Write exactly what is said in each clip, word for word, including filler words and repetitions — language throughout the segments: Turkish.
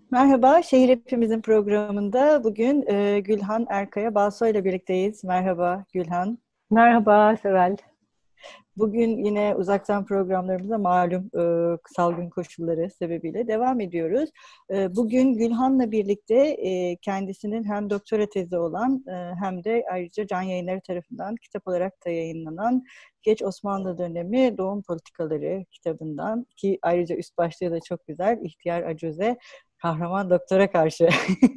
Merhaba, Şehir Hepimizin programında bugün e, Gülhan Erkaya Balsoy ile birlikteyiz. Merhaba Gülhan. Merhaba Seval. Bugün yine uzaktan programlarımıza malum e, salgın koşulları sebebiyle devam ediyoruz. E, bugün Gülhan'la birlikte e, kendisinin hem doktora tezi olan e, hem de ayrıca Can Yayınları tarafından kitap olarak da yayınlanan Geç Osmanlı Dönemi Doğum Politikaları kitabından, ki ayrıca üst başlığı da çok güzel, İhtiyar Acuze Kahraman Doktora Karşı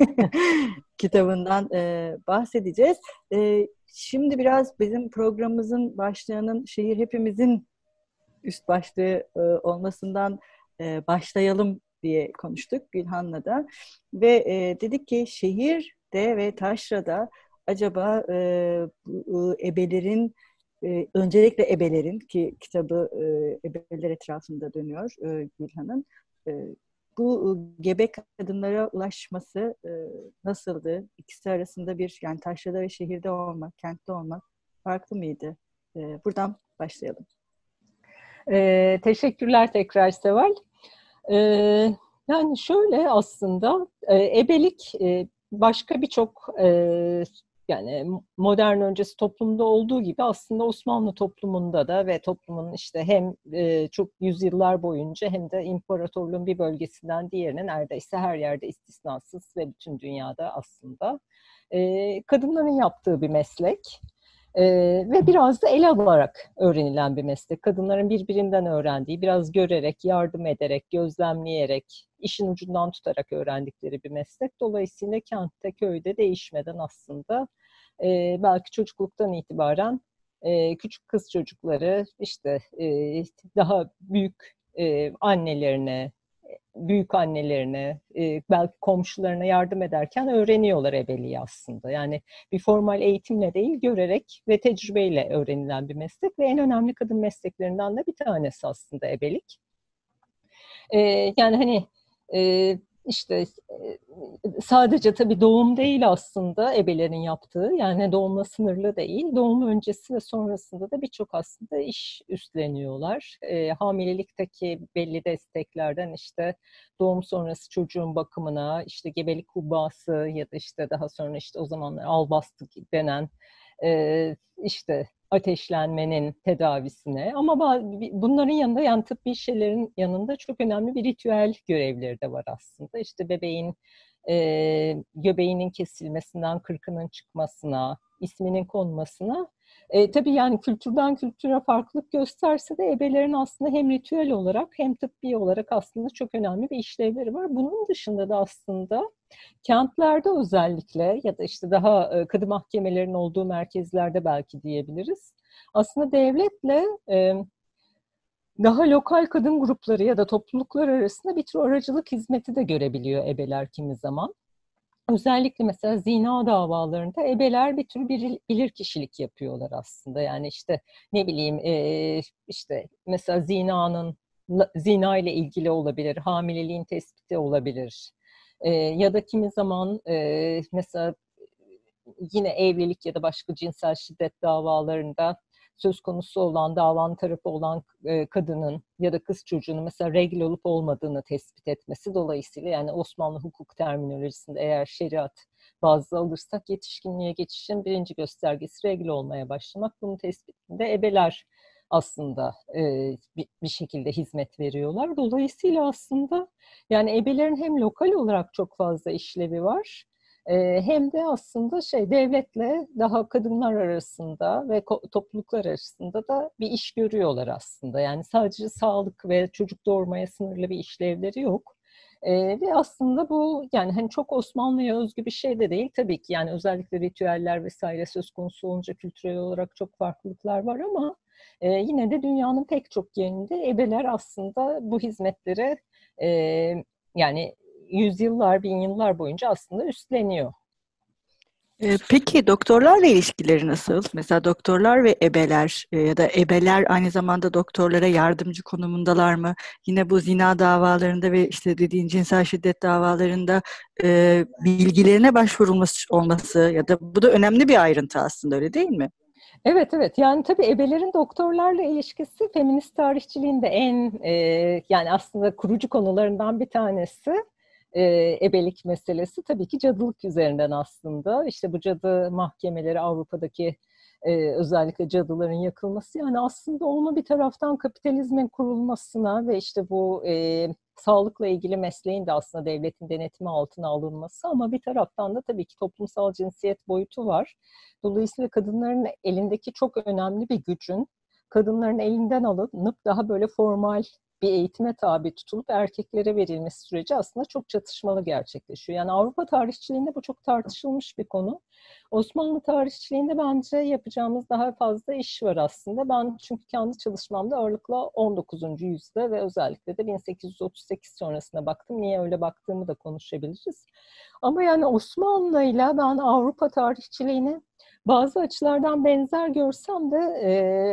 kitabından e, bahsedeceğiz. E, Şimdi biraz bizim programımızın başlığının şehir hepimizin üst başlığı e, olmasından e, başlayalım diye konuştuk Gülhan'la da. Ve e, dedik ki şehirde ve taşrada acaba e, bu, e, ebelerin e, öncelikle ebelerin ki kitabı e, ebeler etrafında dönüyor e, Gülhan'ın. E, bu e, gebe kadınlara ulaşması e, nasıldı? İkisi arasında bir, yani taşrada ve şehirde olmak, kentte olmak farklı mıydı? E, buradan başlayalım. Ee, teşekkürler tekrar Seval. Ee, Yani şöyle aslında e, ebelik e, başka birçok e, yani modern öncesi toplumda olduğu gibi aslında Osmanlı toplumunda da ve toplumun işte hem e, çok yüzyıllar boyunca hem de imparatorluğun bir bölgesinden diğerine neredeyse her yerde istisnasız ve bütün dünyada aslında e, kadınların yaptığı bir meslek. Ee, ve biraz da el alarak öğrenilen bir meslek. Kadınların birbirinden öğrendiği, biraz görerek, yardım ederek, gözlemleyerek, işin ucundan tutarak öğrendikleri bir meslek. Dolayısıyla kentte, köyde değişmeden aslında e, belki çocukluktan itibaren e, küçük kız çocukları işte e, daha büyük e, annelerine, büyük annelerine, e, belki komşularına yardım ederken öğreniyorlar ebeliği aslında. Yani bir formal eğitimle değil, görerek ve tecrübeyle öğrenilen bir meslek ve en önemli kadın mesleklerinden de bir tanesi aslında ebelik. E, Yani hani e, işte e, sadece tabii doğum değil aslında ebelerin yaptığı, yani doğumla sınırlı değil. Doğum öncesi ve sonrasında da birçok aslında iş üstleniyorlar. E, hamilelikteki belli desteklerden işte doğum sonrası çocuğun bakımına, işte gebelik hubbası ya da işte daha sonra işte o zamanlar albastı denen e, işte ateşlenmenin tedavisine, ama bunların yanında, yani tıbbi şeylerin yanında çok önemli bir ritüel görevleri de var aslında. İşte bebeğin e, göbeğinin kesilmesinden kırkının çıkmasına, isminin konmasına. E, tabii yani kültürden kültüre farklılık gösterse de ebelerin aslında hem ritüel olarak hem tıbbi olarak aslında çok önemli bir işlevleri var. Bunun dışında da aslında kentlerde özellikle ya da işte daha e, kadı mahkemelerinin olduğu merkezlerde belki diyebiliriz. Aslında devletle e, daha lokal kadın grupları ya da topluluklar arasında bir tür aracılık hizmeti de görebiliyor ebeler kimi zaman. Özellikle mesela zina davalarında ebeler bir tür bir bilirkişilik yapıyorlar aslında. Yani işte ne bileyim e, işte mesela zinanın zina ile ilgili olabilir, hamileliğin tespiti olabilir. E, ya da kimi zaman e, mesela yine evlilik ya da başka cinsel şiddet davalarında söz konusu olan, davanın tarafı olan e, kadının ya da kız çocuğunun mesela regl olup olmadığını tespit etmesi. Dolayısıyla yani Osmanlı hukuk terminolojisinde eğer şeriat bazlı alırsak yetişkinliğe geçişin birinci göstergesi regl olmaya başlamak. Bunun tespitinde ebeler aslında e, bir, bir şekilde hizmet veriyorlar. Dolayısıyla aslında yani ebelerin hem lokal olarak çok fazla işlevi var, ee, hem de aslında şey devletle daha kadınlar arasında ve topluluklar arasında da bir iş görüyorlar aslında. Yani sadece sağlık ve çocuk doğurmaya sınırlı bir işlevleri yok. Ee, ve aslında bu yani hani çok Osmanlı'ya özgü bir şey de değil tabii ki, yani özellikle ritüeller vesaire söz konusu olunca kültürel olarak çok farklılıklar var, ama e, yine de dünyanın pek çok yerinde ebeler aslında bu hizmetleri e, yani yüzyıllar, bin yıllar boyunca aslında üstleniyor. Ee, Peki doktorlarla ilişkileri nasıl? Mesela doktorlar ve ebeler e, ya da ebeler aynı zamanda doktorlara yardımcı konumundalar mı? Yine bu zina davalarında ve işte dediğin cinsel şiddet davalarında e, bilgilerine başvurulması olması ya da bu da önemli bir ayrıntı aslında, öyle değil mi? Evet, evet, yani tabii ebelerin doktorlarla ilişkisi feminist tarihçiliğin de en e, yani aslında kurucu konularından bir tanesi. e, ebelik meselesi tabii ki cadılık üzerinden aslında. İşte bu cadı mahkemeleri, Avrupa'daki e, özellikle cadıların yakılması, yani aslında onu bir taraftan kapitalizmin kurulmasına ve işte bu e, sağlıkla ilgili mesleğin de aslında devletin denetimi altına alınması, ama bir taraftan da tabii ki toplumsal cinsiyet boyutu var. Dolayısıyla kadınların elindeki çok önemli bir gücün kadınların elinden alınıp daha böyle formal bir eğitime tabi tutulup erkeklere verilmesi süreci aslında çok çatışmalı gerçekleşiyor. Yani Avrupa tarihçiliğinde bu çok tartışılmış bir konu. Osmanlı tarihçiliğinde bence yapacağımız daha fazla iş var aslında. Ben çünkü kendi çalışmamda ağırlıkla on dokuzuncu yüzyılda ve özellikle de bin sekiz yüz otuz sekiz sonrasına baktım. Niye öyle baktığımı da konuşabiliriz. Ama yani Osmanlı'yla ben Avrupa tarihçiliğini bazı açılardan benzer görsem de e,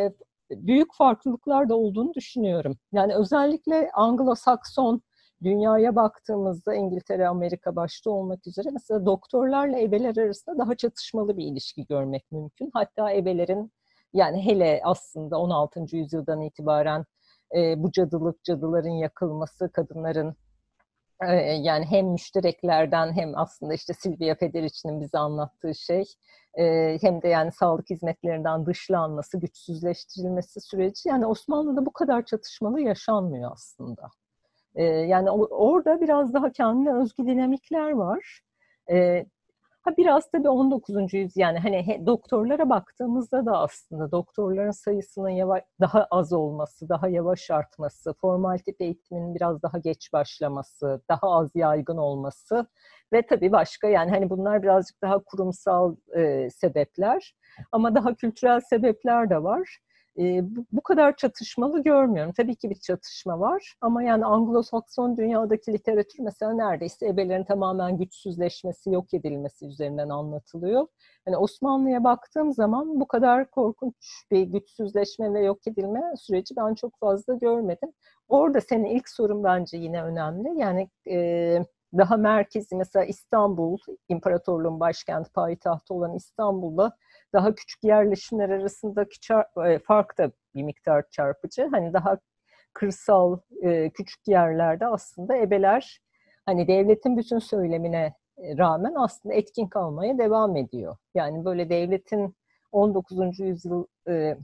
büyük farklılıklar da olduğunu düşünüyorum. Yani özellikle Anglo-Sakson dünyaya baktığımızda İngiltere, Amerika başta olmak üzere mesela doktorlarla ebeler arasında daha çatışmalı bir ilişki görmek mümkün. Hatta ebelerin, yani hele aslında on altıncı yüzyıldan itibaren e, bu cadılık, cadıların yakılması, kadınların e, yani hem müştereklerden hem aslında işte Silvia Federici'nin bize anlattığı şey, e, hem de yani sağlık hizmetlerinden dışlanması, güçsüzleştirilmesi süreci, yani Osmanlı'da bu kadar çatışmalı yaşanmıyor aslında. Ee, yani orada biraz daha kendine özgü dinamikler var. Ee, ha biraz tabii on dokuzuncu yüzyıl, yani hani he, doktorlara baktığımızda da aslında doktorların sayısının yavaş, daha az olması, daha yavaş artması, formal tip eğitimin biraz daha geç başlaması, daha az yaygın olması ve tabii başka, yani hani bunlar birazcık daha kurumsal e, sebepler, ama daha kültürel sebepler de var. E, bu, bu kadar çatışmalı görmüyorum. Tabii ki bir çatışma var, ama yani Anglo-Sakson dünyadaki literatür mesela neredeyse ebelerin tamamen güçsüzleşmesi, yok edilmesi üzerinden anlatılıyor. Yani Osmanlı'ya baktığım zaman bu kadar korkunç bir güçsüzleşme ve yok edilme süreci ben çok fazla görmedim. Orada senin ilk sorun bence yine önemli. Yani e, daha merkezi, mesela İstanbul, imparatorluğun başkenti, payitahtı olan İstanbul'da daha küçük yerleşimler arasındaki çar- fark da bir miktar çarpıcı. Hani daha kırsal, e, küçük yerlerde aslında ebeler hani devletin bütün söylemine rağmen aslında etkin kalmaya devam ediyor. Yani böyle devletin on dokuzuncu yüzyıl e,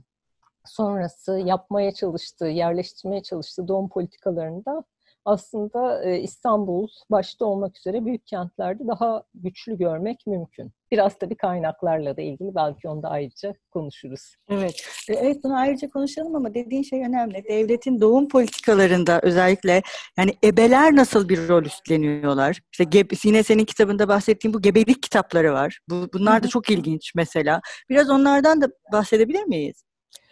sonrası yapmaya çalıştığı, yerleştirmeye çalıştığı doğum politikalarında aslında e, İstanbul başta olmak üzere büyük kentlerde daha güçlü görmek mümkün. Biraz tabii kaynaklarla da ilgili, belki onu da ayrıca konuşuruz. Evet. Evet, bunu ayrıca konuşalım ama dediğin şey önemli. Devletin doğum politikalarında özellikle yani ebeler nasıl bir rol üstleniyorlar? İşte gebe, yine senin kitabında bahsettiğin bu gebelik kitapları var. Bu, bunlar da çok ilginç mesela. Biraz onlardan da bahsedebilir miyiz?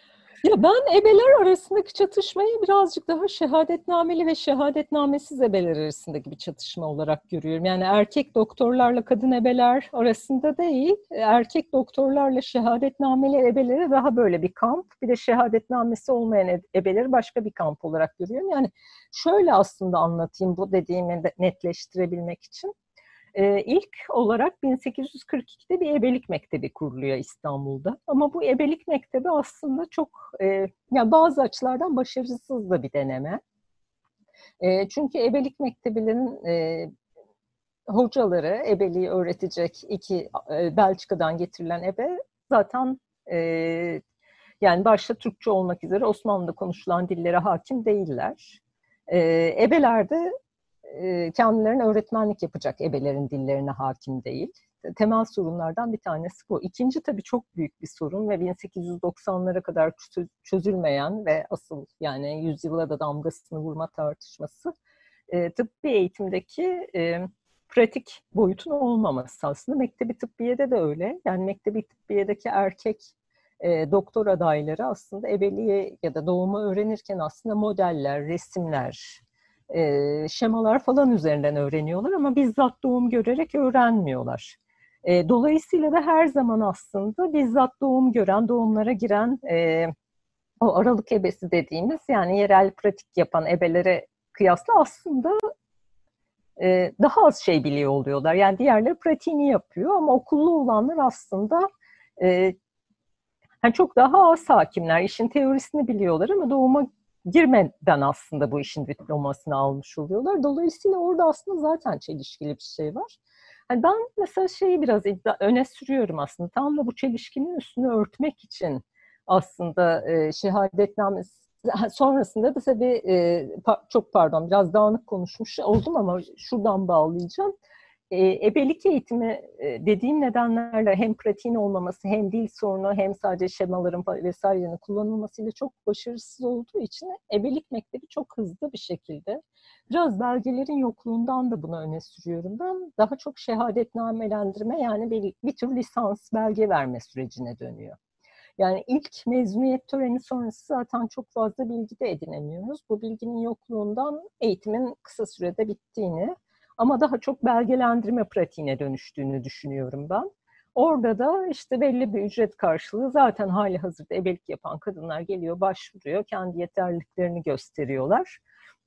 Ya ben ebeler arasındaki çatışmayı birazcık daha şehadetnameli ve şehadetnamesiz ebeler arasındaki bir çatışma olarak görüyorum. Yani erkek doktorlarla kadın ebeler arasında değil, erkek doktorlarla şehadetnameli ebeleri daha böyle bir kamp, bir de şehadetnamesi olmayan ebeleri başka bir kamp olarak görüyorum. Yani şöyle aslında anlatayım bu dediğimi netleştirebilmek için. Ee, ilk olarak bin sekiz yüz kırk ikide bir ebelik mektebi kuruluyor İstanbul'da. Ama bu ebelik mektebi aslında çok, e, yani bazı açılardan başarısız da bir deneme. E, çünkü ebelik mektebinin e, hocaları, ebeliği öğretecek iki e, Belçika'dan getirilen ebe zaten e, yani başta Türkçe olmak üzere Osmanlı'da konuşulan dillere hakim değiller. E, ebeler de e, kendilerine öğretmenlik yapacak ebelerin dillerine hakim değil. Temel sorunlardan bir tanesi bu. İkinci tabii çok büyük bir sorun ve bin sekiz yüz doksanlara kadar çözülmeyen ve asıl yani yüzyıla da damgasını vurma tartışması, e, tıbbi eğitimdeki e, pratik boyutun olmaması aslında. Mektebi tıbbiyede de öyle. Yani mektebi tıbbiyedeki erkek e, doktor adayları aslında ebeliği ya da doğumu öğrenirken aslında modeller, resimler, e, şemalar falan üzerinden öğreniyorlar ama bizzat doğum görerek öğrenmiyorlar. E, dolayısıyla da her zaman aslında bizzat doğum gören, doğumlara giren e, o aralık ebesi dediğimiz, yani yerel pratik yapan ebelere kıyasla aslında e, daha az şey biliyor oluyorlar. Yani diğerleri pratiğini yapıyor ama okullu olanlar aslında e, yani çok daha az hakimler. İşin teorisini biliyorlar ama doğuma girmeden aslında bu işin diplomasını almış oluyorlar. Dolayısıyla orada aslında zaten çelişkili bir şey var. Yani ben mesela şeyi biraz iddia, öne sürüyorum aslında. Tam da bu çelişkinin üstünü örtmek için aslında e, şehadetnamesi sonrasında da tabii e, pa, çok pardon biraz dağınık konuşmuş oldum ama şuradan bağlayacağım. E, ebelik eğitimi e, dediğim nedenlerle hem pratiğin olmaması hem dil sorunu hem sadece şemaların vesairenin kullanılmasıyla çok başarısız olduğu için ebelik mektebi çok hızlı bir şekilde biraz belgelerin yokluğundan da bunu öne sürüyorum. Ben daha çok şehadetnamelendirme yani bir, bir tür lisans belge verme sürecine dönüyor. Yani ilk mezuniyet töreni sonrası zaten çok fazla bilgi de edinemiyoruz. Bu bilginin yokluğundan eğitimin kısa sürede bittiğini ama daha çok belgelendirme pratiğine dönüştüğünü düşünüyorum ben. Orada da işte belli bir ücret karşılığı zaten hali hazırda ebelik yapan kadınlar geliyor, başvuruyor, kendi yeterliliklerini gösteriyorlar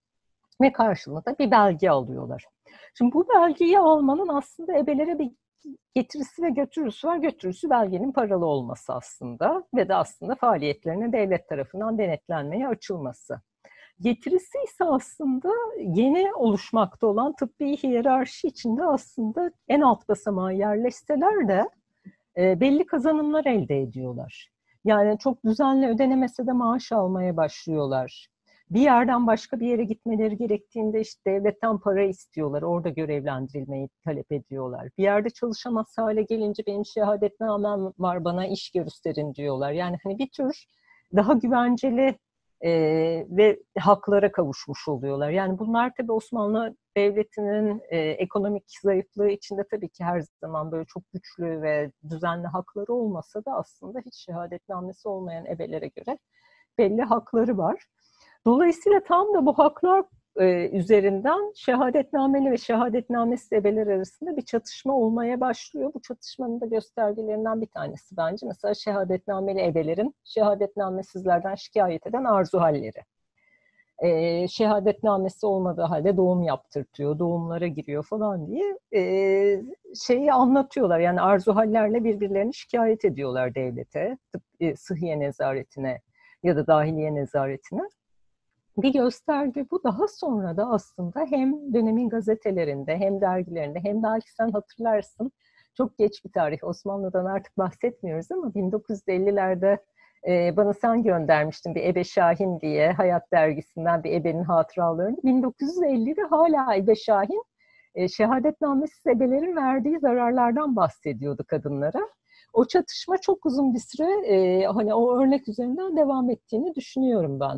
ve karşılığında bir belge alıyorlar. Şimdi bu belgeyi almanın aslında ebelere bir getirisi ve götürüsü var. Götürüsü belgenin paralı olması aslında ve de aslında faaliyetlerine devlet tarafından denetlenmeye açılması. Getirisi ise aslında yeni oluşmakta olan tıbbi hiyerarşi içinde aslında en alt basamağa yerleşseler de e, belli kazanımlar elde ediyorlar. Yani çok düzenli ödenemese de maaş almaya başlıyorlar. Bir yerden başka bir yere gitmeleri gerektiğinde işte devletten para istiyorlar. Orada görevlendirilmeyi talep ediyorlar. Bir yerde çalışamaz hale gelince benim şehadetnamem var bana iş gösterin diyorlar. Yani hani bir tür daha güvenceli e, ve haklara kavuşmuş oluyorlar. Yani bunlar tabii Osmanlı Devleti'nin e, ekonomik zayıflığı içinde tabii ki her zaman böyle çok güçlü ve düzenli hakları olmasa da aslında hiç şehadetnamesi olmayan ebelere göre belli hakları var. Dolayısıyla tam da bu haklar e, üzerinden şehadetnameli ve şehadetnamesiz ebeler arasında bir çatışma olmaya başlıyor. Bu çatışmanın da göstergelerinden bir tanesi bence mesela şehadetnameli ebelerin şehadetnamesizlerden şikayet eden arzu halleri. E, şehadetnamesi olmadığı halde doğum yaptırtıyor, doğumlara giriyor falan diye e, şeyi anlatıyorlar. Yani arzu hallerle birbirlerini şikayet ediyorlar devlete, tıp, e, sıhhiye nezaretine ya da dahiliye nezaretine. Bir gösterge bu. Daha sonra da aslında hem dönemin gazetelerinde hem dergilerinde hem belki sen hatırlarsın çok geç bir tarih Osmanlı'dan artık bahsetmiyoruz ama bin dokuz yüz ellilerde e, bana sen göndermiştin bir Ebe Şahin diye Hayat dergisinden bir ebenin hatıralarını. bin dokuz yüz ellide hala Ebe Şahin e, şehadetnamesiz ebelerin verdiği zararlardan bahsediyordu kadınlara. O çatışma çok uzun bir süre e, hani o örnek üzerinden devam ettiğini düşünüyorum ben.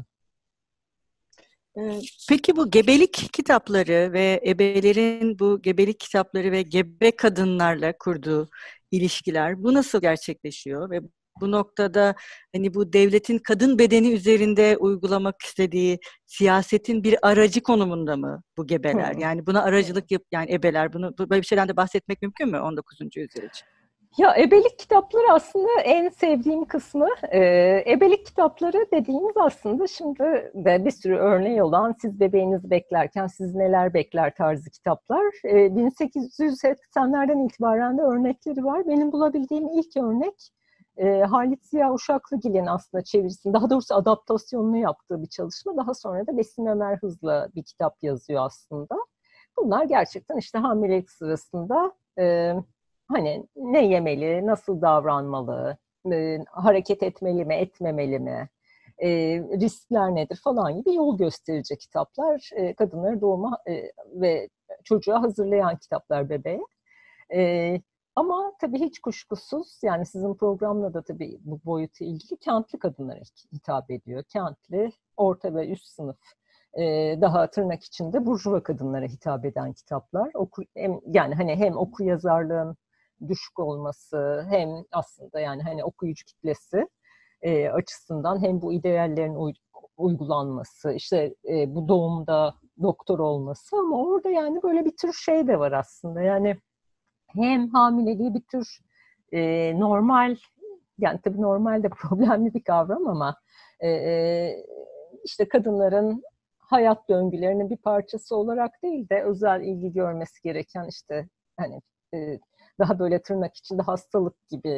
Peki bu gebelik kitapları ve ebelerin bu gebelik kitapları ve gebe kadınlarla kurduğu ilişkiler bu nasıl gerçekleşiyor ve bu noktada hani bu devletin kadın bedeni üzerinde uygulamak istediği siyasetin bir aracı konumunda mı bu gebeler? Yani buna aracılık yap yani ebeler bunu böyle bir şeyden de bahsetmek mümkün mü on dokuzuncu yüzyıl için? Ya ebelik kitapları aslında en sevdiğim kısmı. Ee, ebelik kitapları dediğimiz aslında şimdi de bir sürü örneği olan siz bebeğinizi beklerken siz neler bekler tarzı kitaplar. Ee, bin sekiz yüz seksenlerden itibaren de örnekleri var. Benim bulabildiğim ilk örnek e, Halit Ziya Uşaklıgil'in aslında çevirisini, daha doğrusu adaptasyonunu yaptığı bir çalışma. Daha sonra da Besim Ömer Hız'la bir kitap yazıyor aslında. Bunlar gerçekten işte hamilelik sırasında e, hani ne yemeli, nasıl davranmalı, e, hareket etmeli mi, etmemeli mi, e, riskler nedir falan gibi yol gösterici kitaplar. E, kadınları doğuma e, ve çocuğa hazırlayan kitaplar bebeğe. E, ama tabii hiç kuşkusuz, yani sizin programla da tabii bu boyutu ilgili kentli kadınlara hitap ediyor. Kentli, orta ve üst sınıf, e, daha tırnak içinde burjuva kadınlara hitap eden kitaplar. Oku, hem, yani hani hem oku yazarlığın düşük olması hem aslında yani hani okuyucu kitlesi e, açısından hem bu ideallerin uy- uygulanması, işte e, bu doğumda doktor olması ama orada yani böyle bir tür şey de var aslında. Yani hem hamileliği bir tür e, normal, yani tabii normal de problemli bir kavram ama e, işte kadınların hayat döngülerinin bir parçası olarak değil de özel ilgi görmesi gereken işte hani e, daha böyle tırnak içinde hastalık gibi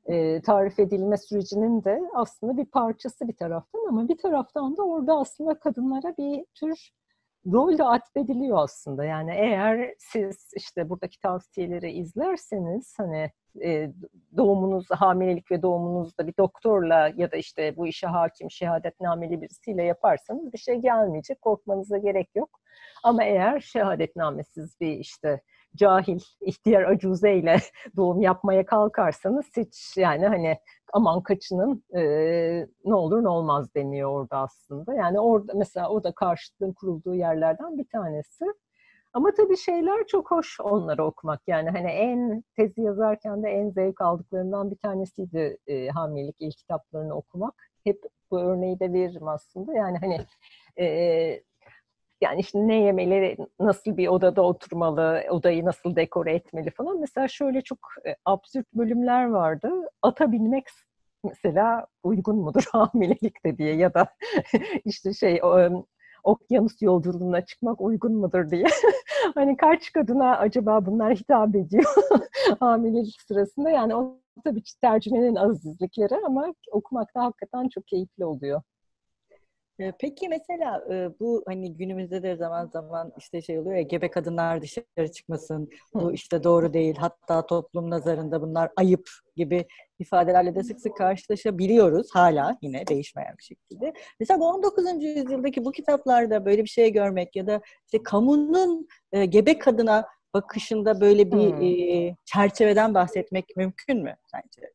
e, tarif edilme sürecinin de aslında bir parçası bir taraftan, ama bir taraftan da orada aslında kadınlara bir tür rol de atfediliyor aslında. Yani eğer siz işte buradaki tavsiyeleri izlerseniz, hani e, doğumunuz, hamilelik ve doğumunuzda bir doktorla ya da işte bu işe hakim şehadetnameli birisiyle yaparsanız bir şey gelmeyecek, korkmanıza gerek yok. Ama eğer şehadetnamesiz bir işte cahil, ihtiyar acuzeyle doğum yapmaya kalkarsanız hiç, yani hani aman kaçının, e, ne olur ne olmaz deniyor orada aslında. Yani orada mesela o da karşıtlığın kurulduğu yerlerden bir tanesi. Ama tabii şeyler çok hoş onları okumak. Yani hani en tezi yazarken de en zevk aldıklarından bir tanesiydi e, hamilelik ilk kitaplarını okumak. Hep bu örneği de veririm aslında. Yani hani e, yani işte ne yemeli, nasıl bir odada oturmalı, odayı nasıl dekore etmeli falan. Mesela şöyle çok e, absürt bölümler vardı. Ata binmek mesela uygun mudur hamilelikte diye, ya da işte şey o, okyanus yolculuğuna çıkmak uygun mudur diye. Hani kaç kadına acaba bunlar hitap ediyor hamilelik sırasında? Yani o tabii ki tercümenin azizlikleri, ama okumakta hakikaten çok keyifli oluyor. E, Peki mesela e, bu hani günümüzde de zaman zaman işte şey oluyor ya, gebe kadınlar dışarı çıkmasın, bu işte doğru değil, hatta toplum nazarında bunlar ayıp gibi ifadelerle de sık sık karşılaşabiliyoruz hala, yine değişmeyen bir şekilde. Mesela bu on dokuzuncu yüzyıldaki bu kitaplarda böyle bir şey görmek ya da işte kamunun e, gebe kadına bakışında böyle bir Hmm. e, çerçeveden bahsetmek mümkün mü sence?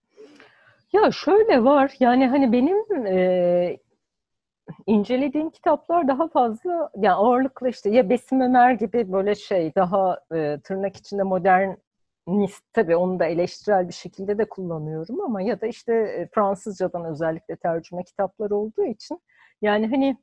Ya şöyle var, yani hani benim e, incelediğim kitaplar daha fazla, yani ağırlıklı işte ya Besim Ömer gibi böyle şey daha e, tırnak içinde modernist, tabii onu da eleştirel bir şekilde de kullanıyorum, ama ya da işte e, Fransızcadan özellikle tercüme kitaplar olduğu için, yani hani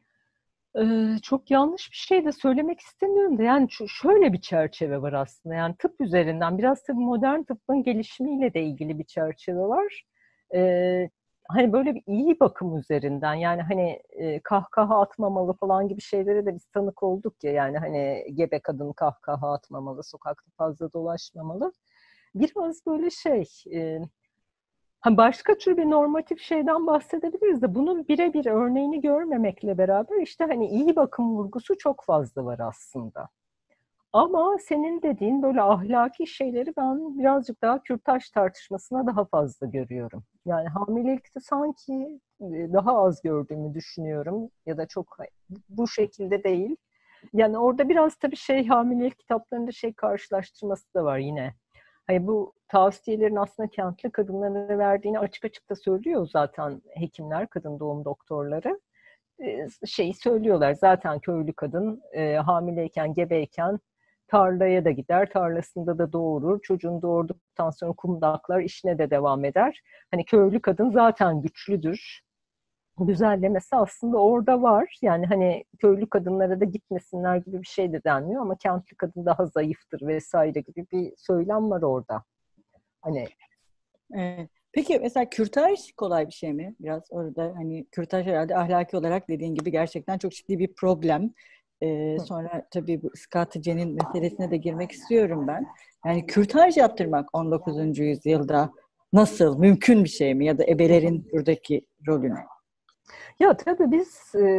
e, çok yanlış bir şey de söylemek istemiyorum da, yani şu- şöyle bir çerçeve var aslında, yani tıp üzerinden biraz tabii modern tıbbın gelişimiyle de ilgili bir çerçeve var. E, Hani böyle bir iyi bakım üzerinden, yani hani e, kahkaha atmamalı falan gibi şeylere de biz tanık olduk ya, yani hani gebe kadın kahkaha atmamalı, sokakta fazla dolaşmamalı. Biraz böyle şey, e, ha, başka tür bir normatif şeyden bahsedebiliriz de, bunun birebir örneğini görmemekle beraber işte hani iyi bakım vurgusu çok fazla var aslında. Ama senin dediğin böyle ahlaki şeyleri ben birazcık daha kürtaj tartışmasına daha fazla görüyorum. Yani hamilelikte sanki e, daha az gördüğümü düşünüyorum, ya da çok bu şekilde değil. Yani orada biraz tabii şey, hamilelik kitaplarında şey karşılaştırması da var yine. Hani bu tavsiyelerin aslında kentli kadınlara verdiğini açık açık da söylüyor zaten hekimler, kadın doğum doktorları. Ee, şeyi söylüyorlar zaten, köylü kadın e, hamileyken, gebeyken tarlaya da gider, tarlasında da doğurur. Çocuğunu doğurduktan sonra kumdaklar, işine de devam eder. Hani köylü kadın zaten güçlüdür. Güzellemesi aslında orada var. Yani hani köylü kadınlara da gitmesinler gibi bir şey de denmiyor, ama kentli kadın daha zayıftır vesaire gibi bir söylem var orada. Hani Evet. Peki mesela kürtaj kolay bir şey mi? Biraz orada hani kürtaj herhalde ahlaki olarak dediğin gibi gerçekten çok ciddi bir problem. Ee, sonra tabii bu iskaticenin meselesine de girmek istiyorum ben. Yani kürtaj yaptırmak on dokuzuncu yüzyılda nasıl? Mümkün bir şey mi? Ya da ebelerin buradaki rolü ne? ya tabii biz e,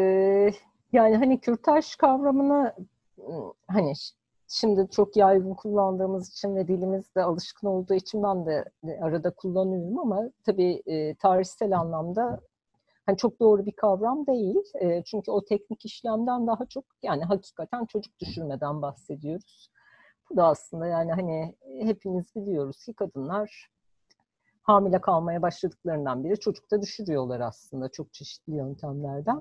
yani hani kürtaj kavramını m, hani ş- şimdi çok yaygın kullandığımız için ve dilimizde alışkın olduğu için ben de e, arada kullanıyorum, ama tabii e, tarihsel anlamda hani çok doğru bir kavram değil. E, çünkü o teknik işlemden daha çok, yani hakikaten çocuk düşürmeden bahsediyoruz. Bu da aslında yani hani hepimiz biliyoruz ki kadınlar hamile kalmaya başladıklarından beri çocukta düşürüyorlar aslında, çok çeşitli yöntemlerden,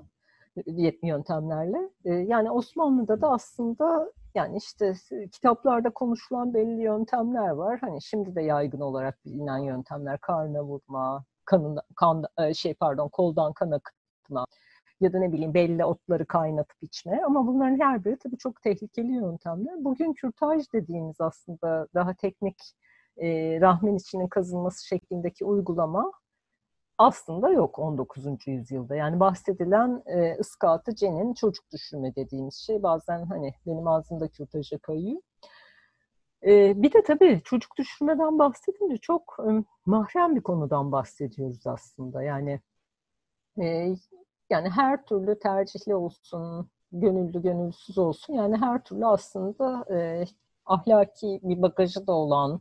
yöntemlerle. Ee, Yani Osmanlı'da da aslında, yani işte kitaplarda konuşulan belli yöntemler var. Hani şimdi de yaygın olarak bilinen yöntemler, karna vurma, kanın, kan, şey pardon koldan kan akıtma, ya da ne bileyim belli otları kaynatıp içme. Ama bunların her biri tabii çok tehlikeli yöntemler. Bugün kürtaj dediğimiz aslında daha teknik, e, rahmin içinin kazınması şeklindeki uygulama aslında yok on dokuzuncu yüzyılda. Yani bahsedilen e, ıskatı cenin çocuk düşürme dediğimiz şey bazen hani benim ağzımda kürtaja kayıyor. Ee, bir de tabii çocuk düşürmeden bahsedince çok e, mahrem bir konudan bahsediyoruz aslında. Yani e, yani her türlü tercihli olsun, gönüllü gönülsüz olsun, yani her türlü aslında e, ahlaki bir bagajı da olan,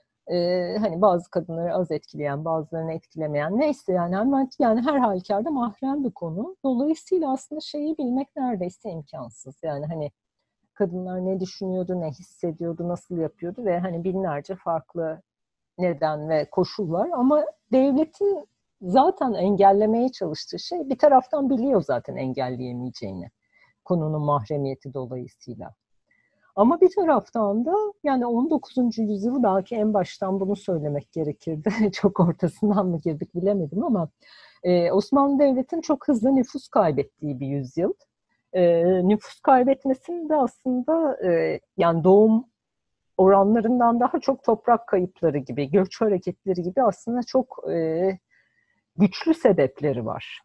e, hani bazı kadınları az etkileyen, bazılarını etkilemeyen, neyse yani hemen yani her halükarda mahrem bir konu. Dolayısıyla aslında şeyi bilmek neredeyse imkansız. Yani hani kadınlar ne düşünüyordu, ne hissediyordu, nasıl yapıyordu ve hani binlerce farklı neden ve koşul var. Ama devletin zaten engellemeye çalıştığı şey, bir taraftan biliyor zaten engelleyemeyeceğini, konunun mahremiyeti dolayısıyla. Ama bir taraftan da yani on dokuzuncu yüzyıl, belki en baştan bunu söylemek gerekirdi. Çok ortasından mı girdik bilemedim ama e, Osmanlı Devleti'nin çok hızlı nüfus kaybettiği bir yüzyıl. E, nüfus kaybetmesinin de aslında e, yani doğum oranlarından daha çok toprak kayıpları gibi, göç hareketleri gibi aslında çok e, güçlü sebepleri var.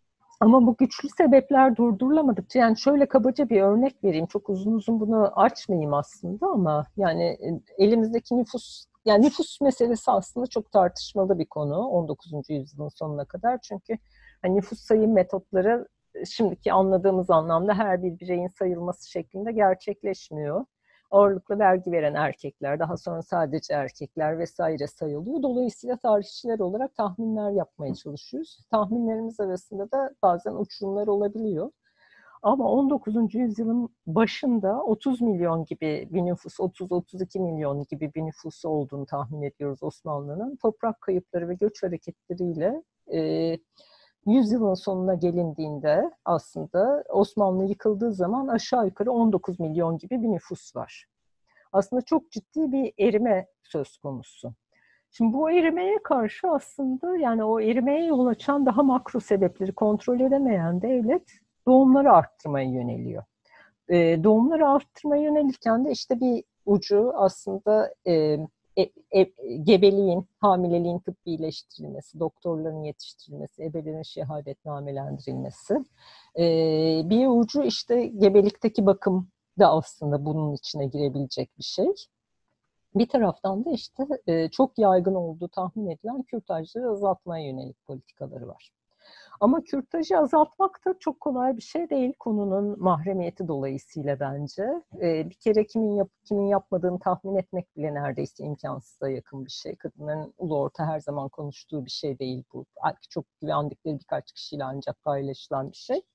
Ama bu güçlü sebepler durdurulamadıkça, yani şöyle kabaca bir örnek vereyim. Çok uzun uzun bunu açmayayım aslında ama yani elimizdeki nüfus, yani nüfus meselesi aslında çok tartışmalı bir konu on dokuzuncu yüzyılın sonuna kadar. Çünkü hani nüfus sayım metotları şimdiki anladığımız anlamda her bir bireyin sayılması şeklinde gerçekleşmiyor. Ağırlıklı vergi veren erkekler, daha sonra sadece erkekler vesaire sayılıyor. Dolayısıyla tarihçiler olarak tahminler yapmaya çalışıyoruz. Tahminlerimiz arasında da bazen uçurumlar olabiliyor. Ama on dokuzuncu yüzyılın başında otuz milyon gibi bir nüfus, otuz otuz iki milyon gibi bir nüfusu olduğunu tahmin ediyoruz Osmanlı'nın. Toprak kayıpları ve göç hareketleriyle e, yüzyılın sonuna gelindiğinde aslında Osmanlı yıkıldığı zaman aşağı yukarı on dokuz milyon gibi bir nüfus var. Aslında çok ciddi bir erime söz konusu. Şimdi bu erimeye karşı aslında, yani o erimeye yol açan daha makro sebepleri kontrol edemeyen devlet doğumları arttırmaya yöneliyor. E, doğumları arttırmaya yönelirken de işte bir ucu aslında e, e, e, gebeliğin, hamileliğin tıbbileştirilmesi, doktorların yetiştirilmesi, ebelerin şehadetnamelendirilmesi. E, bir ucu işte gebelikteki bakım da aslında bunun içine girebilecek bir şey. Bir taraftan da işte e, çok yaygın olduğu tahmin edilen kürtajları azaltmaya yönelik politikaları var. Ama kürtajı azaltmak da çok kolay bir şey değil, konunun mahremiyeti dolayısıyla bence. Ee, bir kere kimin yapıp kimin yapmadığını tahmin etmek bile neredeyse imkansıza yakın bir şey. Kadınların ulu orta her zaman konuştuğu bir şey değil bu. Belki çok güvendikleri birkaç kişiyle ancak paylaşılan bir şey.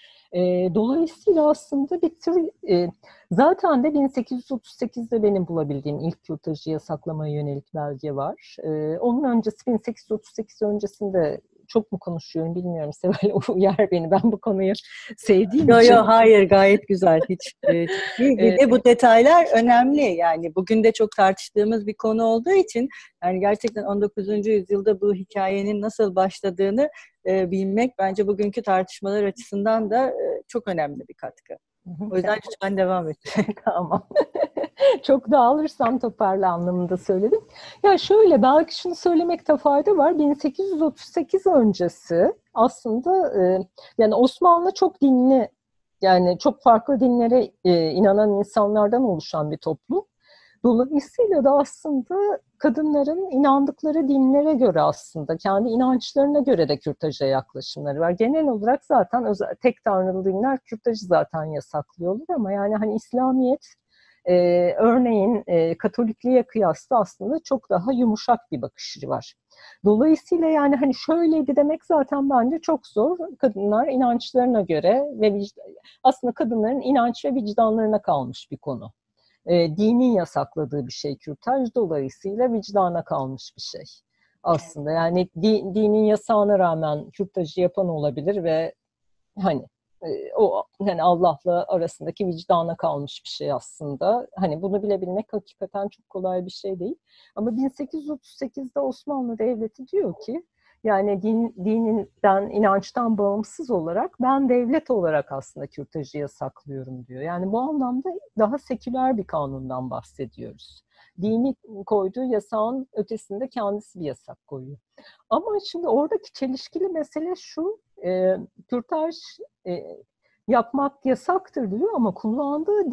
E, dolayısıyla aslında bir tür e, zaten de bin sekiz yüz otuz sekizde benim bulabildiğim ilk kürtajı yasaklamaya yönelik belge var. E, onun öncesi, bin sekiz yüz otuz sekiz öncesinde çok mu konuşuyorum bilmiyorum, Seval uyar beni, ben bu konuyu sevdiğim Yo için. yo hayır, gayet güzel, hiç e, çok iyi. Bir de bu detaylar önemli, yani bugün de çok tartıştığımız bir konu olduğu için yani gerçekten on dokuzuncu yüzyılda bu hikayenin nasıl başladığını e, bilmek bence bugünkü tartışmalar açısından da e, çok önemli bir katkı. O yüzden lütfen devam et. Tamam. Çok dağılırsam toparla anlamında söyledim. Ya şöyle, belki şunu söylemekte fayda var. bin sekiz yüz otuz sekiz öncesi aslında e, yani Osmanlı çok dinli, yani çok farklı dinlere e, inanan insanlardan oluşan bir toplum. Dolayısıyla da aslında kadınların inandıkları dinlere göre, aslında kendi inançlarına göre de kürtaja yaklaşımları var. Genel olarak zaten özel, tek tanrılı dinler kürtajı zaten yasaklıyorlar ama yani hani İslamiyet e, örneğin e, Katolikliğe kıyasla aslında çok daha yumuşak bir bakışı var. Dolayısıyla yani hani şöyleydi demek zaten bence çok zor. Kadınlar inançlarına göre ve aslında kadınların inanç ve vicdanlarına kalmış bir konu. E, dinin yasakladığı bir şey kürtaj, dolayısıyla vicdana kalmış bir şey aslında. Yani di, dinin yasağına rağmen kürtajı yapan olabilir ve hani e, o hani Allah'la arasındaki vicdana kalmış bir şey aslında. Hani bunu bilebilmek hakikaten çok kolay bir şey değil. Ama bin sekiz yüz otuz sekizde Osmanlı Devleti diyor ki, yani din, dininden, inançtan bağımsız olarak ben devlet olarak aslında kürtajı yasaklıyorum diyor. Yani bu anlamda daha seküler bir kanundan bahsediyoruz. Dini koyduğu yasağın ötesinde kendisi bir yasak koyuyor. Ama şimdi oradaki çelişkili mesele şu, e, kürtaj e, yapmak yasaktır diyor ama kullandığı dil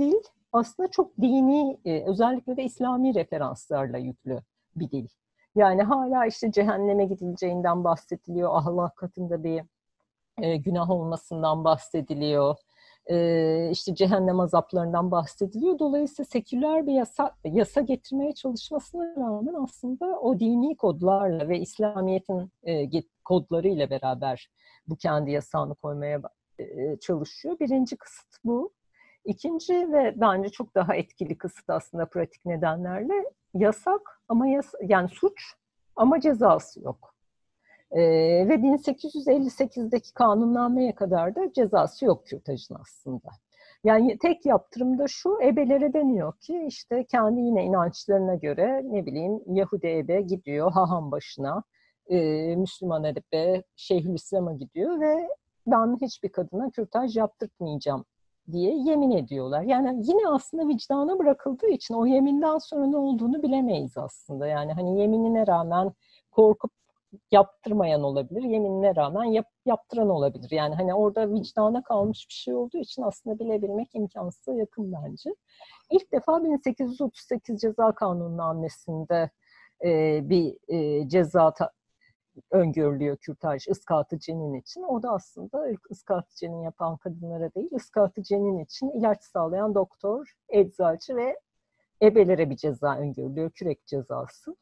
aslında çok dini, özellikle de İslami referanslarla yüklü bir dil. Yani hala işte cehenneme gidileceğinden bahsediliyor, ahlak katında bir e, günah olmasından bahsediliyor, e, işte cehennem azaplarından bahsediliyor. Dolayısıyla seküler bir yasa, yasa getirmeye çalışmasına rağmen aslında o dini kodlarla ve İslamiyet'in e, kodlarıyla beraber bu kendi yasağını koymaya e, çalışıyor. Birinci kısıt bu. İkinci ve bence çok daha etkili kısıt aslında pratik nedenlerle yasak ama yas yani suç ama cezası yok. Ee, ve bin sekiz yüz elli sekizdeki kanunnameye kadar da cezası yok kürtajın aslında. Yani tek yaptırım da şu, ebelere deniyor ki işte kendi yine inançlarına göre ne bileyim Yahudi ebe gidiyor haham başına, e, Müslüman ebe Şeyhülislam'a gidiyor ve ben hiçbir kadına kürtaj yaptırtmayacağım diye yemin ediyorlar. Yani yine aslında vicdana bırakıldığı için o yeminden sonra ne olduğunu bilemeyiz aslında. Yani hani yeminine rağmen korkup yaptırmayan olabilir, yeminine rağmen yap, yaptıran olabilir. Yani hani orada vicdana kalmış bir şey olduğu için aslında bilebilmek imkansıza yakın bence. İlk defa bin sekiz yüz otuz sekiz Ceza Kanunnamesi'nde e, bir e, ceza ta- öngörülüyor kürtaj, ıskatı cenin için. O da aslında ıskatı cenin yapan kadınlara değil, ıskatı cenin için ilaç sağlayan doktor, eczacı ve ebelere bir ceza öngörülüyor, kürek cezası.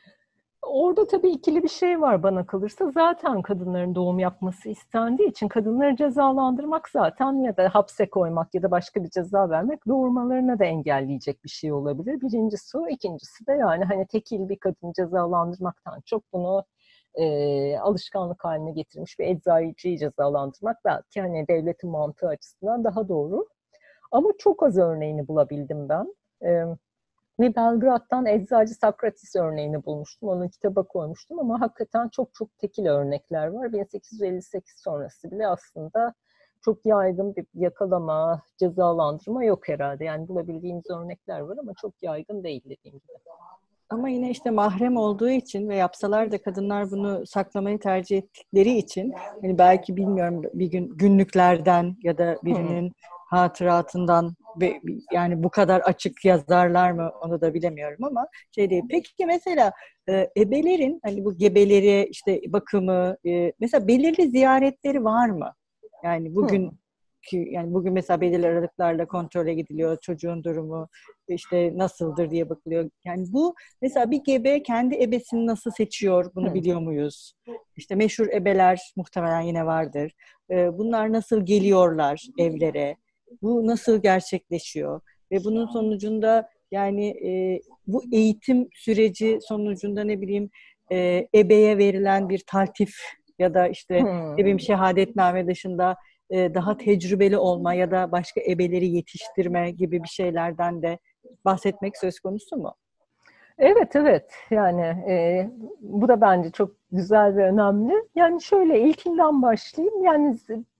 Orada tabii ikili bir şey var bana kalırsa. Zaten kadınların doğum yapması istendiği için kadınları cezalandırmak zaten ya da hapse koymak ya da başka bir ceza vermek doğurmalarına da engelleyecek bir şey olabilir. Birincisi o. İkincisi de yani hani tekil bir kadını cezalandırmaktan çok bunu e, alışkanlık haline getirmiş bir eczacıyı cezalandırmak belki hani devletin mantığı açısından daha doğru. Ama çok az örneğini bulabildim ben. E, Ve Belgrad'dan eczacı Sakratis örneğini bulmuştum. Onun kitaba koymuştum ama hakikaten çok çok tekil örnekler var. bin sekiz yüz elli sekiz sonrası bile aslında çok yaygın bir yakalama, cezalandırma yok herhalde. Yani bulabildiğimiz örnekler var ama çok yaygın değil dediğim gibi. Ama yine işte mahrem olduğu için ve yapsalar da kadınlar bunu saklamayı tercih ettikleri için hani belki bilmiyorum bir gün günlüklerden ya da birinin hatıratından ve yani bu kadar açık yazarlar mı onu da bilemiyorum ama şey değil. Peki mesela e, ebelerin hani bu gebeleri işte bakımı e, mesela belirli ziyaretleri var mı? Yani bugün ki yani bugün mesela belirli aralıklarla kontrole gidiliyor çocuğun durumu işte nasıldır diye bakılıyor. Yani bu mesela bir gebe kendi ebesini nasıl seçiyor bunu biliyor muyuz? İşte meşhur ebeler muhtemelen yine vardır. Bunlar nasıl geliyorlar evlere? Bu nasıl gerçekleşiyor? Ve bunun sonucunda yani e, bu eğitim süreci sonucunda ne bileyim e, ebeye verilen bir taltif ya da işte Hmm. ne bileyim şehadetname dışında e, daha tecrübeli olma ya da başka ebeleri yetiştirme gibi bir şeylerden de bahsetmek söz konusu mu? Evet, evet. Yani e, bu da bence çok güzel ve önemli. Yani şöyle ilkinden başlayayım. Yani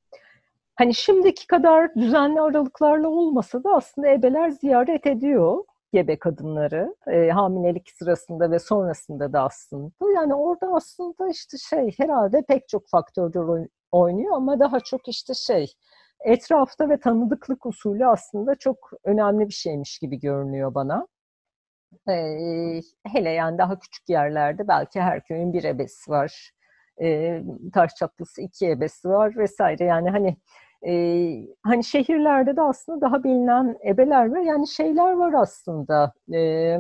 hani şimdiki kadar düzenli aralıklarla olmasa da aslında ebeler ziyaret ediyor gebe kadınları e, hamilelik sırasında ve sonrasında da aslında. Yani orada aslında işte şey herhalde pek çok faktörler oynuyor ama daha çok işte şey etrafta ve tanıdıklık usulü aslında çok önemli bir şeymiş gibi görünüyor bana. E, hele yani daha küçük yerlerde belki her köyün bir ebesi var. E, taş çatlısı iki ebesi var vesaire. Yani hani e, hani şehirlerde de aslında daha bilinen ebeler var. Yani şeyler var aslında. E,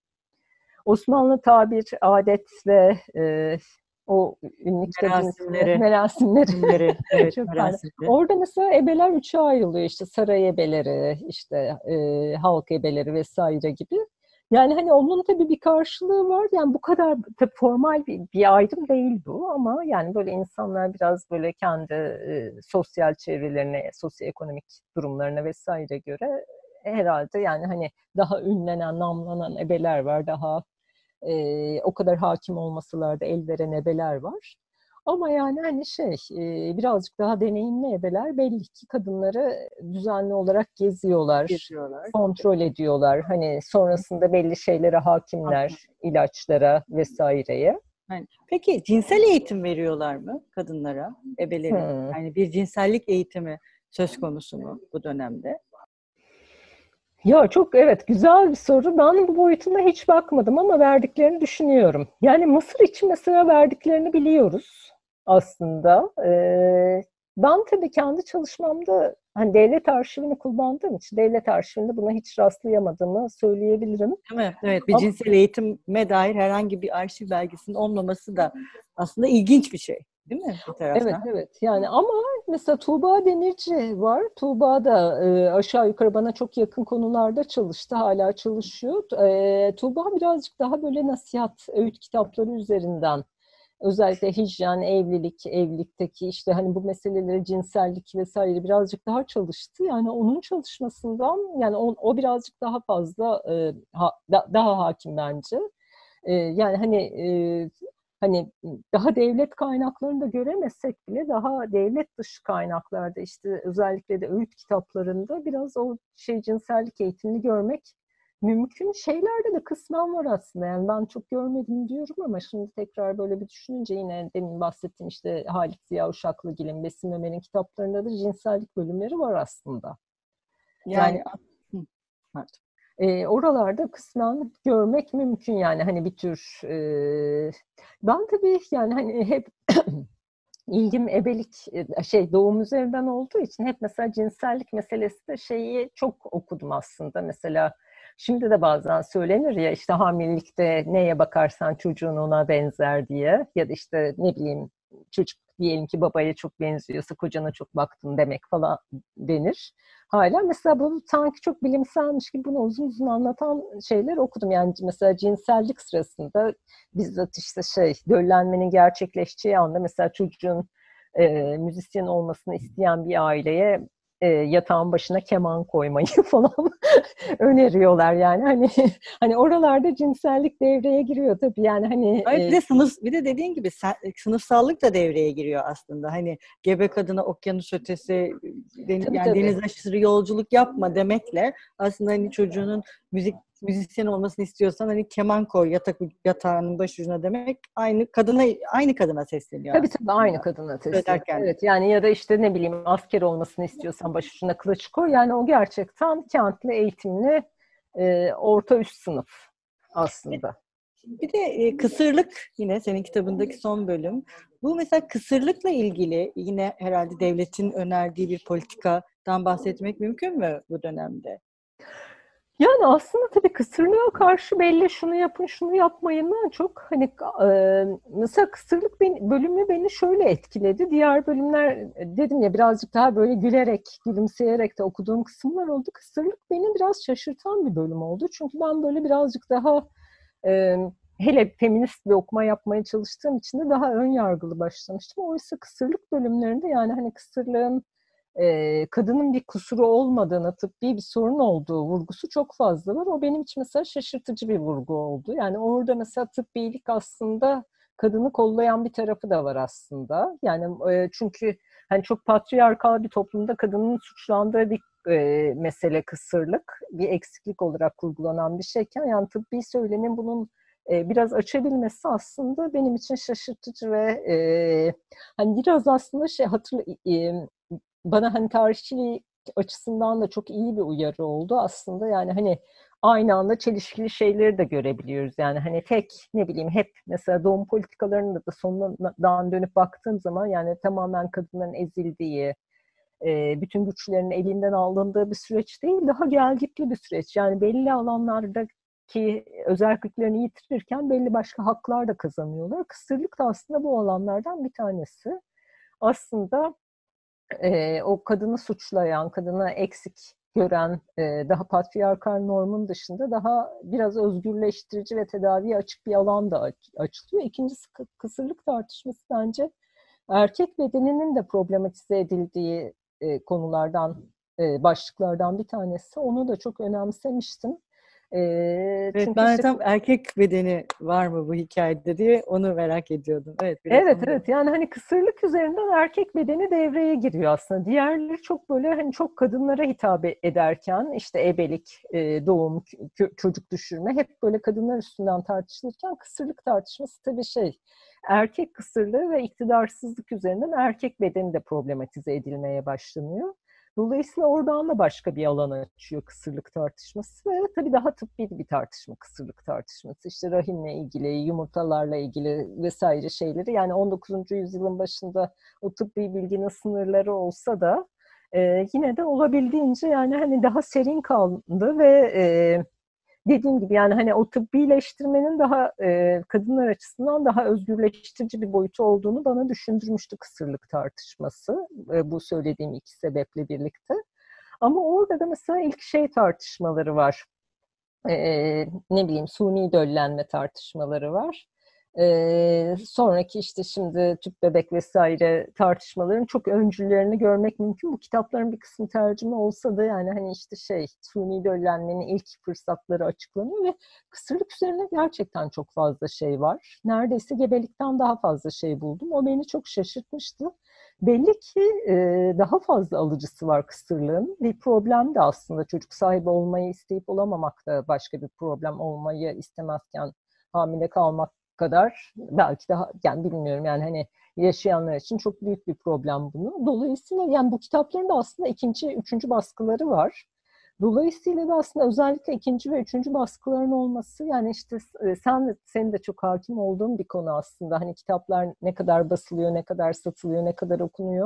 Osmanlı tabir, adet ve e, o ünlü kitabın ismi Merasimleri, merasimleri. günleri, evet Çok pardon. merasimleri. Orada mesela ebeler üçe ayrılıyor. İşte saray ebeleri, işte e, halk ebeleri vesaire gibi. Yani hani onun tabii bir karşılığı var. Yani bu kadar tabii formal bir, bir ayrım değil bu ama yani böyle insanlar biraz böyle kendi e, sosyal çevrelerine, sosyoekonomik durumlarına vesaire göre herhalde yani hani daha ünlenen, namlanan ebeler var. Daha e, o kadar hakim olmasalar da el veren ebeler var. Ama yani hani şey e, birazcık daha deneyimli ebeler belli ki kadınları düzenli olarak geziyorlar, Geziyorlar. kontrol ediyorlar. Hani sonrasında belli şeylere hakimler, ilaçlara vesaireye. Yani, peki cinsel eğitim veriyorlar mı kadınlara, ebelerin? Hmm. Yani bir cinsellik eğitimi söz konusu mu bu dönemde? Ya çok evet güzel bir soru. Ben bu boyutuna hiç bakmadım ama verdiklerini düşünüyorum. Yani Mısır için mesela verdiklerini biliyoruz aslında. Ee, ben tabii kendi çalışmamda hani devlet arşivini kullandığım için devlet arşivinde buna hiç rastlayamadığımı söyleyebilirim. Değil mi? Evet, bir Ama cinsel eğitime dair herhangi bir arşiv belgesinin olmaması da aslında ilginç bir şey, değil mi bir evet, taraftan? evet. Yani ama mesela Tuğba Demirci var. Tuğba da e, aşağı yukarı bana çok yakın konularda çalıştı. Hala çalışıyor. E, Tuğba birazcık daha böyle nasihat, öğüt kitapları üzerinden özellikle hijyen, evlilik, evlilikteki işte hani bu meseleleri cinsellik vesaire birazcık daha çalıştı. Yani onun çalışmasından yani o, o birazcık daha fazla e, ha, da, daha hakim bence. E, yani hani e, hani daha devlet kaynaklarında göremezsek bile daha devlet dışı kaynaklarda işte özellikle de öğüt kitaplarında biraz o şey cinsellik eğitimini görmek mümkün. Şeylerde de kısmen var aslında. Yani ben çok görmedim diyorum ama şimdi tekrar böyle bir düşününce yine demin bahsettiğim işte Halit Ziya Uşaklıgil'in, Besim Ömer'in kitaplarında da cinsellik bölümleri var aslında. Yani Yani hı, pardon. e, oralarda kısmen görmek mümkün yani hani bir tür e, ben tabii yani hani hep ilgim ebelik e, şey doğum üzerinden olduğu için hep mesela cinsellik meselesi de şeyi çok okudum aslında. Mesela şimdi de bazen söylenir ya işte hamilelikte neye bakarsan çocuğun ona benzer diye ya da işte ne bileyim çocuk diyelim ki babaya çok benziyorsa kocana çok baktın demek falan denir. Hala mesela bu sanki çok bilimselmiş gibi bunu uzun uzun anlatan şeyler okudum. Yani mesela cinsellik sırasında bizzat işte şey döllenmenin gerçekleşeceği anda mesela çocuğun e, müzisyen olmasını isteyen bir aileye e, yatağın başına keman koymayı falan öneriyorlar yani hani hani oralarda cinsellik devreye giriyor tabii yani hani Hayır, bir e, de sınıf, bir de dediğin gibi sen, sınıfsallık da devreye giriyor aslında. Hani gebe kadına okyanus ötesi, den- tabii yani tabii. deniz aşırı yolculuk yapma demekle aslında hani çocuğunun müzik müzisyen olmasını istiyorsan hani keman koy yatak yatağının başucuna demek aynı kadına aynı kadına sesleniyor Tabii tabii aynı aslında kadına tesleniyor. söylerken de. Evet yani ya da işte ne bileyim asker olmasını istiyorsan başucuna kılıç koy. Yani o gerçekten kentli eğitimli e, orta üst sınıf aslında. Bir de e, kısırlık yine senin kitabındaki son bölüm. Bu mesela kısırlıkla ilgili yine herhalde devletin önerdiği bir politikadan bahsetmek mümkün mü bu dönemde? Yani aslında tabii kısırlığa karşı belli şunu yapın şunu yapmayından çok hani e, mesela kısırlık beni, bölümü beni şöyle etkiledi. Diğer bölümler dedim ya birazcık daha böyle gülerek, gülümseyerek de okuduğum kısımlar oldu. Kısırlık beni biraz şaşırtan bir bölüm oldu. Çünkü ben böyle birazcık daha e, hele feminist bir okuma yapmaya çalıştığım için de daha ön yargılı başlamıştım. Oysa kısırlık bölümlerinde yani hani kısırlığın e, kadının bir kusuru olmadığını, tıbbi bir sorun olduğu vurgusu çok fazla var. O benim için mesela şaşırtıcı bir vurgu oldu. Yani orada mesela tıbbilik aslında kadını kollayan bir tarafı da var aslında. Yani e, çünkü hani çok patriarkal bir toplumda kadının suçlandığı bir e, mesele kısırlık, bir eksiklik olarak kurgulanan bir şeyken yani tıbbi söylemin bunun e, biraz açabilmesi aslında benim için şaşırtıcı ve e, hani biraz aslında şey hatırla e, bana hani tarihçilik açısından da çok iyi bir uyarı oldu aslında. Yani hani aynı anda çelişkili şeyleri de görebiliyoruz. Yani hani tek ne bileyim hep mesela doğum politikalarında da sonundan dönüp baktığım zaman yani tamamen kadınların ezildiği, e, bütün güçlerinin elinden alındığı bir süreç değil, daha gelgitli bir süreç. Yani belli alanlardaki özelliklerini yitirirken belli başka haklar da kazanıyorlar. Kısırlık da aslında bu alanlardan bir tanesi. Aslında e, o kadını suçlayan, kadını eksik gören, e, daha patriarkal normun dışında daha biraz özgürleştirici ve tedaviye açık bir alan da aç, açılıyor. İkincisi kısırlık tartışması bence erkek bedeninin de problematize edildiği e, konulardan, e, başlıklardan bir tanesi. Onu da çok önemsemiştim. E, Evet, çünkü ben işte tam erkek bedeni var mı bu hikayede diye onu merak ediyordum. Evet, biraz evet onu da. evet yani hani kısırlık üzerinden erkek bedeni devreye giriyor aslında. Diğerleri çok böyle hani çok kadınlara hitap ederken işte ebelik, e, doğum, çocuk düşürme hep böyle kadınlar üstünden tartışılırken kısırlık tartışması tabii şey erkek kısırlığı ve iktidarsızlık üzerinden erkek bedeni de problematize edilmeye başlanıyor. Dolayısıyla oradan da başka bir alan açıyor kısırlık tartışması ve tabii daha tıbbi bir tartışma kısırlık tartışması. İşte rahimle ilgili, yumurtalarla ilgili vesaire şeyleri. Yani on dokuzuncu yüzyılın başında o tıbbi bilginin sınırları olsa da e, yine de olabildiğince yani hani daha serin kaldı ve e, dediğim gibi yani hani o tıbbileştirmenin daha e, kadınlar açısından daha özgürleştirici bir boyutu olduğunu bana düşündürmüştü kısırlık tartışması. E, bu söylediğim iki sebeple birlikte. Ama orada da mesela ilk şey tartışmaları var. E, ne bileyim suni döllenme tartışmaları var. Ee, sonraki işte şimdi tüp bebek vesaire tartışmaların çok öncüllerini görmek mümkün. Bu kitapların bir kısmı tercüme olsa da yani hani işte şey suni döllenmenin ilk fırsatları açıklanıyor ve kısırlık üzerine gerçekten çok fazla şey var. Neredeyse gebelikten daha fazla şey buldum. O beni çok şaşırtmıştı. Belli ki e, daha fazla alıcısı var kısırlığın. Bir problem de aslında çocuk sahibi olmayı isteyip olamamak da başka bir problem, olmayı istemezken hamile kalmak kadar belki daha yani bilmiyorum yani hani yaşayanlar için çok büyük bir problem bunu. Dolayısıyla yani bu kitapların da aslında ikinci, üçüncü baskıları var. Dolayısıyla da aslında özellikle ikinci ve üçüncü baskıların olması yani işte sen senin de çok hakim olduğun bir konu aslında. Hani kitaplar ne kadar basılıyor, ne kadar satılıyor, ne kadar okunuyor.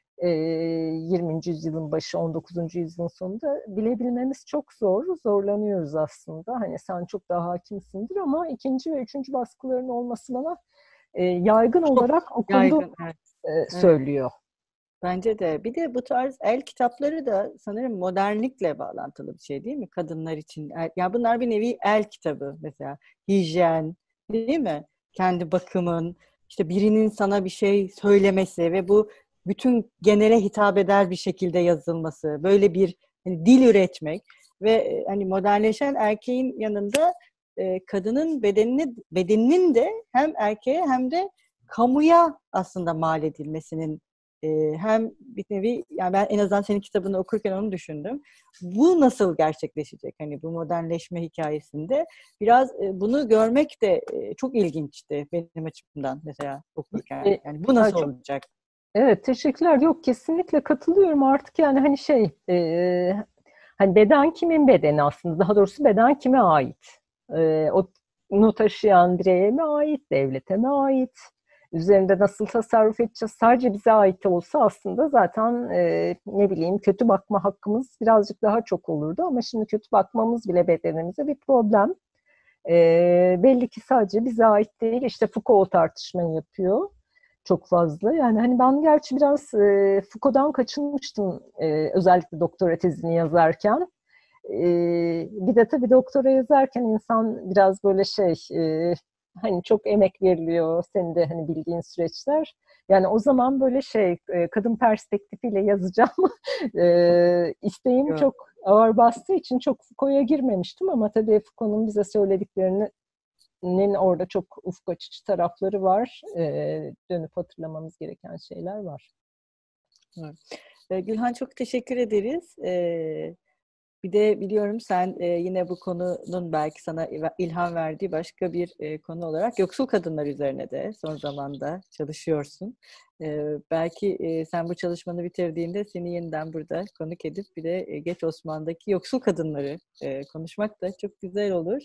yirminci yüzyılın başı, on dokuzuncu yüzyılın sonunda bilebilmemiz çok zor. Zorlanıyoruz aslında. Hani sen çok daha hakimsindir ama ikinci ve üçüncü baskıların olması bana e, yaygın Çok olarak okundu yaygın, evet. e, Evet. söylüyor. Bence de. Bir de bu tarz el kitapları da sanırım modernlikle bağlantılı bir şey değil mi? Kadınlar için. Ya bunlar bir nevi el kitabı mesela. Hijyen, değil mi? Kendi bakımın, işte birinin sana bir şey söylemesi ve bu bütün genele hitap eder bir şekilde yazılması. Böyle bir hani, dil üretmek ve hani modernleşen erkeğin yanında e, kadının bedenini bedeninin de hem erkeğe hem de kamuya aslında mal edilmesinin Ee, hem bir nevi yani ben en azından senin kitabını okurken onu düşündüm. Bu nasıl gerçekleşecek? Hani bu modernleşme hikayesinde biraz e, bunu görmek de e, çok ilginçti benim açımdan mesela okurken. E, Yani bu ya nasıl çok olacak? evet teşekkürler. Yok kesinlikle katılıyorum artık yani hani şey e, hani beden kimin bedeni aslında daha doğrusu beden kime ait? E, o onu taşıyan bireye mi ait, devlete mi ait? Üzerinde nasıl tasarruf edeceğiz? Sadece bize ait olsa aslında zaten e, ne bileyim kötü bakma hakkımız birazcık daha çok olurdu ama şimdi kötü bakmamız bile bedenimize bir problem. E, belli ki sadece bize ait değil. İşte Foucault o tartışmayı yapıyor çok fazla. Yani hani ben gerçi biraz e, Foucault'dan kaçınmıştım e, özellikle doktora tezini yazarken. E, bir de tabii doktora yazarken insan biraz böyle şey e, hani çok emek veriliyor senin de hani bildiğin süreçler. Yani o zaman böyle şey e, kadın perspektifiyle yazacağım e, isteğim Yok. çok ağır bastığı için çok Foucault'a girmemiştim ama tabii Foucault'un bize söylediklerini nin orada çok ufuk açıcı tarafları var. Ee, dönüp hatırlamamız gereken şeyler var. Evet. Ee, Gülhan çok teşekkür ederiz. Ee, Bir de biliyorum sen e, yine bu konunun belki sana ilham verdiği başka bir e, konu olarak yoksul kadınlar üzerine de son zamanda çalışıyorsun. E, belki e, sen bu çalışmanı bitirdiğinde seni yeniden burada konuk edip bir de e, Geç Osman'daki yoksul kadınları e, konuşmak da çok güzel olur.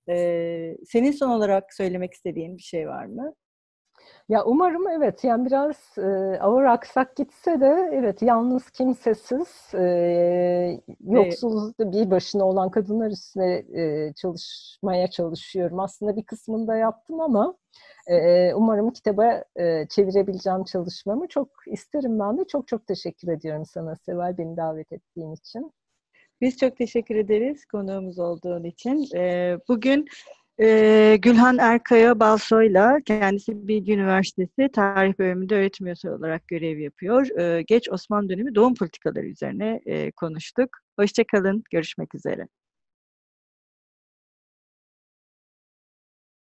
E, senin son olarak söylemek istediğin bir şey var mı? Ya umarım evet yani biraz e, ağır aksak gitse de evet yalnız kimsesiz e, Ve yoksul bir başına olan kadınlar üstüne e, çalışmaya çalışıyorum. Aslında bir kısmını da yaptım ama e, umarım kitaba e, çevirebileceğim çalışmamı çok isterim ben de. Çok çok teşekkür ediyorum sana Seval beni davet ettiğin için. biz çok teşekkür ederiz konuğumuz olduğun için. E, bugün Ee, Gülhan Erkaya Balsoy'la kendisi Bilgi Üniversitesi Tarih Bölümünde öğretim üyesi olarak görev yapıyor. Ee, Geç Osmanlı dönemi doğum politikaları üzerine e, konuştuk. Hoşça kalın, görüşmek üzere.